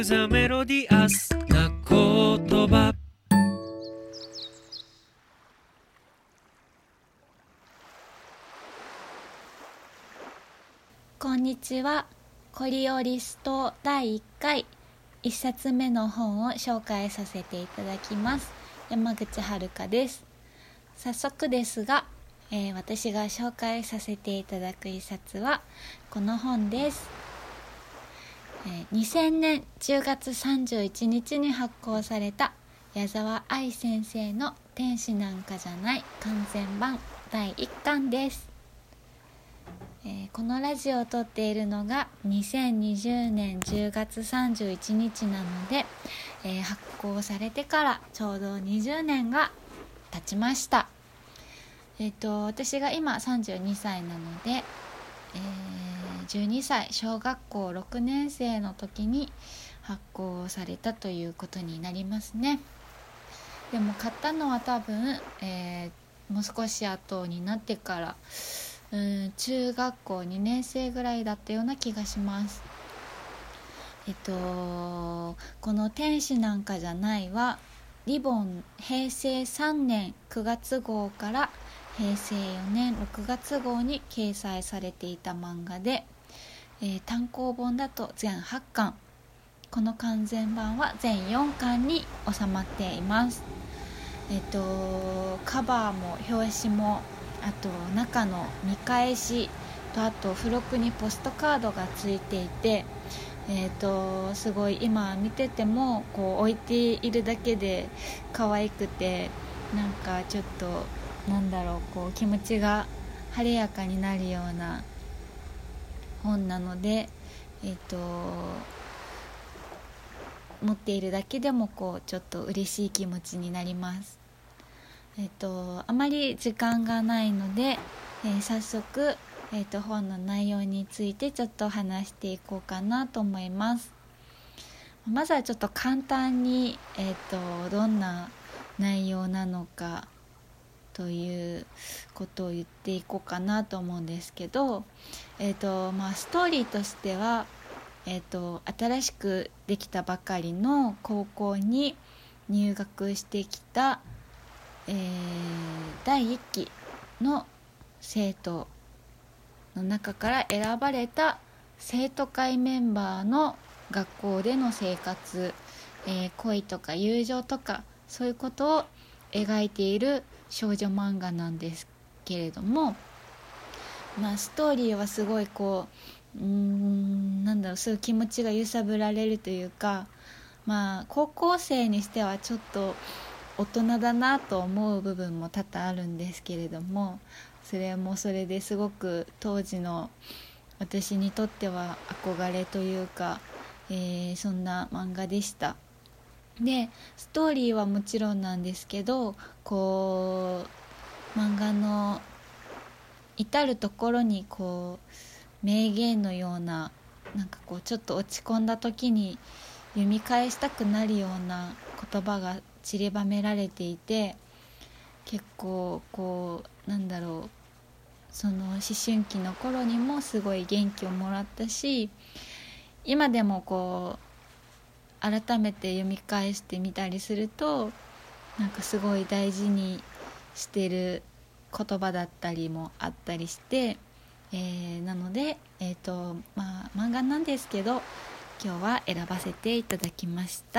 クザメロディアスな言葉。 こんにちは。コリオリスト第1回1冊目の本を紹介させていただきます。山口遥です。早速ですが、私が紹介させていただく一冊はこの本です。2000年10月31日に発行された矢沢愛先生の天使なんかじゃない完全版第1巻です。このラジオを撮っているのが2020年10月31日なので、発行されてからちょうど20年が経ちました。私が今32歳なので、12歳小学校6年生の時に発行されたということになりますね。でも買ったのは多分、もう少し後になってから中学校2年生ぐらいだったような気がします。この天使なんかじゃないはリボン平成3年9月号から平成4年6月号に掲載されていた漫画で、単行本だと全8巻、この完全版は全4巻に収まっています。カバーも表紙もあと中の見返しとあと付録にポストカードがついていて、すごい今見ててもこう置いているだけで可愛くて、なんかちょっとこう気持ちが晴れやかになるような本なので、持っているだけでもこうちょっと嬉しい気持ちになります。あまり時間がないので、早速、本の内容についてちょっと話していこうかなと思います。まずはちょっと簡単に、どんな内容なのかということを言っていこうかなと思うんですけど、ストーリーとしては、新しくできたばかりの高校に入学してきた第1期の生徒の中から選ばれた生徒会メンバーの学校での生活、恋とか友情とかそういうことを描いている少女漫画なんですけれども、ストーリーはすごいこうそういう気持ちが揺さぶられるというか、高校生にしてはちょっと大人だなと思う部分も多々あるんですけれども、それもそれですごく当時の私にとっては憧れというか、そんな漫画でした。でストーリーはもちろんなんですけど、こう漫画の至るところにこう名言のような、こうちょっと落ち込んだ時に読み返したくなるような言葉が散りばめられていて、結構こうその思春期の頃にもすごい元気をもらったし、今でもこう改めて読み返してみたりするとすごい大事にしてる言葉だったりもあったりして、なので、漫画なんですけど今日は選ばせていただきました。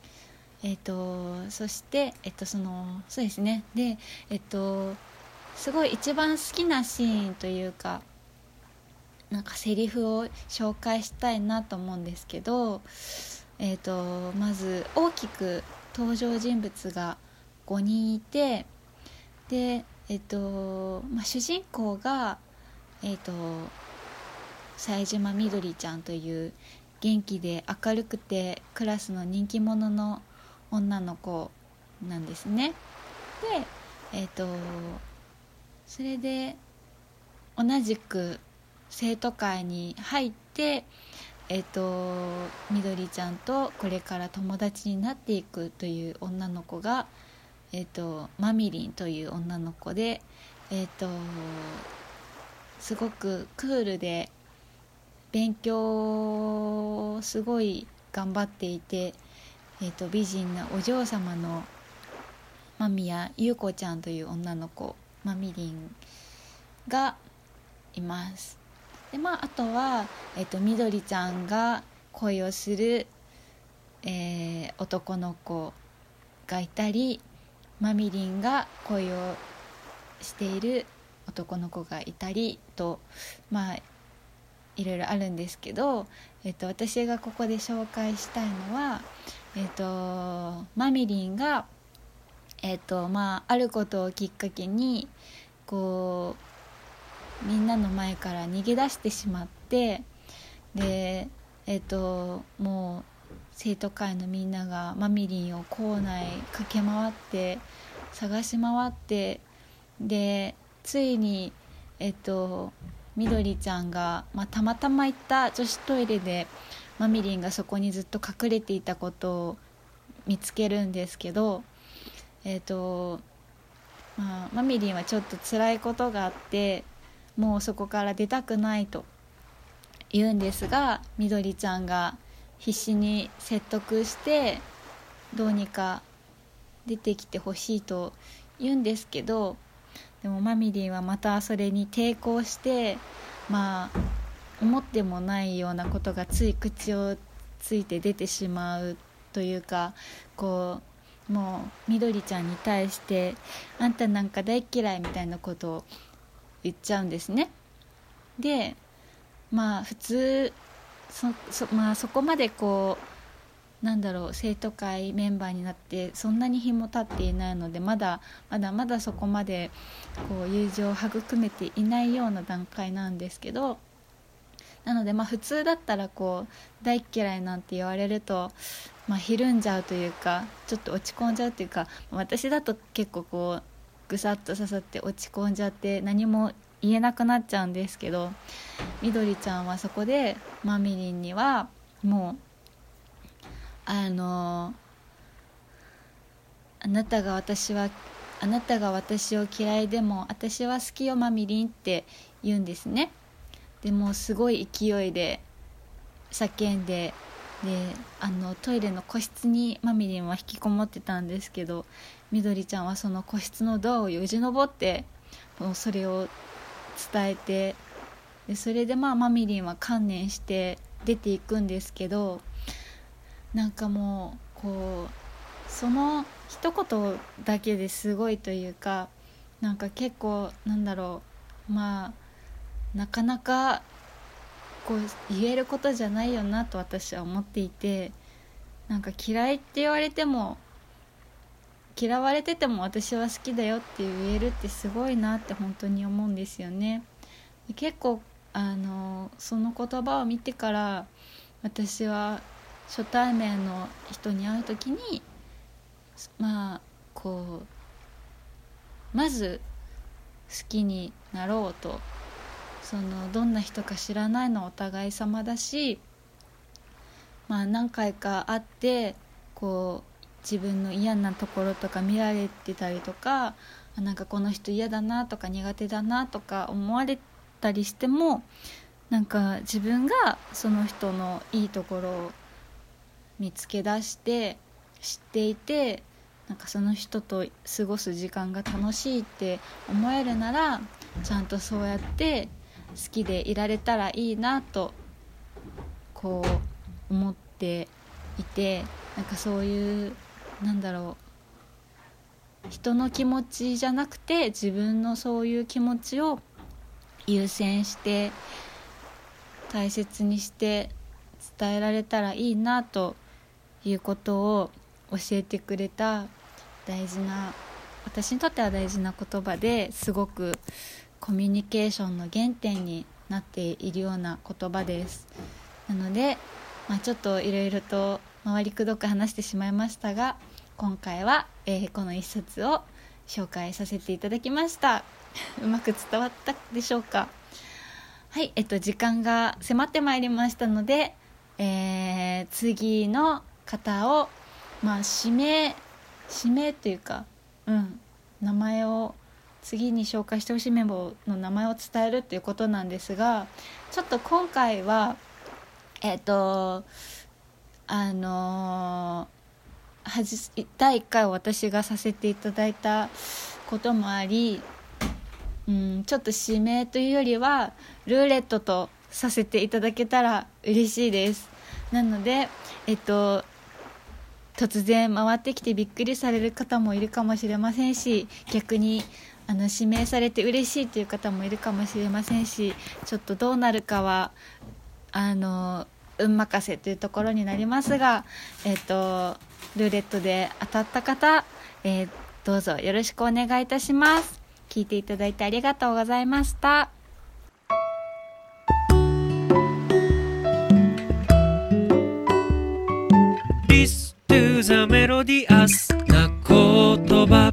そして、そうですね。で、すごい一番好きなシーンというか、セリフを紹介したいなと思うんですけど、まず大きく登場人物が5人いて、で、主人公が、冴島みどりちゃんという元気で明るくてクラスの人気者の女の子なんですね。で、それで同じく生徒会に入って、みどりちゃんとこれから友達になっていくという女の子が、マミリンという女の子で、すごくクールで勉強すごい頑張っていて、美人なお嬢様の間宮優子ちゃんという女の子、まみりんがいます。であとは、みどりちゃんが恋をする、男の子がいたり、まみりんが恋をしている男の子がいたりと、いろいろあるんですけど、私がここで紹介したいのは、まみりんが、あることをきっかけにこうみんなの前から逃げ出してしまって、でもう生徒会のみんながまみりんを校内駆け回って探し回って、でついにみどりちゃんが、たまたま行った女子トイレでまみりんがそこにずっと隠れていたことを見つけるんですけど、まみりんはちょっと辛いことがあって、もうそこから出たくないと言うんですが、みどりちゃんが必死に説得してどうにか出てきてほしいと言うんですけど、でもまみりんはまたそれに抵抗して、思ってもないようなことがつい口をついて出てしまうというか、もうみどりちゃんに対してあんたなんか大嫌いみたいなことを言っちゃうんですね。で普通そこまで生徒会メンバーになってそんなに日も経っていないので、まだそこまで友情を育めていないような段階なんですけど、なので普通だったら大嫌いなんて言われると、ひるんじゃうというか、ちょっと落ち込んじゃうというか、私だと結構ぐさっと刺さって落ち込んじゃって何も言えなくなっちゃうんですけど、みどりちゃんはそこでまみりんにはもうあなたが私を嫌いでも私は好きよまみりんって言うんですね。でもすごい勢いで叫んで、トイレの個室にまみりんは引きこもってたんですけど、みどりちゃんはその個室のドアをよじ登ってそれを伝えて、でそれでまみりんは観念して出ていくんですけど、なんかもうその一言だけですごいというか、なんか結構なかなか言えることじゃないよなと私は思っていて、なんか嫌いって言われても嫌われてても私は好きだよって言えるってすごいなって本当に思うんですよね。結構その言葉を見てから私は初対面の人に会う時にまず好きになろうと、どんな人か知らないのはお互い様だし、何回か会って自分の嫌なところとか見られてたりとか、なんかこの人嫌だなとか苦手だなとか思われたりしても、なんか自分がその人のいいところを見つけ出して知っていて、なんかその人と過ごす時間が楽しいって思えるなら、ちゃんとそうやって好きでいられたらいいなと思っていて、なんかそういう人の気持ちじゃなくて自分のそういう気持ちを優先して大切にして伝えられたらいいなということを教えてくれた私にとっては大事な言葉で、すごくコミュニケーションの原点になっているような言葉です。なので、ちょっといろいろと回りくどく話してしまいましたが、今回は、この一冊を紹介させていただきましたうまく伝わったでしょうか。はい、時間が迫ってまいりましたので、次の方を、指名というか、名前を次に紹介してほしいメンバーの名前を伝えるということなんですが、ちょっと今回は第1回を私がさせていただいたこともあり、ちょっと指名というよりはルーレットとさせていただけたら嬉しいです。なので突然回ってきてびっくりされる方もいるかもしれませんし、逆に指名されて嬉しいという方もいるかもしれませんし、ちょっとどうなるかは運任せというところになりますが、ルーレットで当たった方、どうぞよろしくお願いいたします。聞いていただいてありがとうございました。 Listen to the melodious な言葉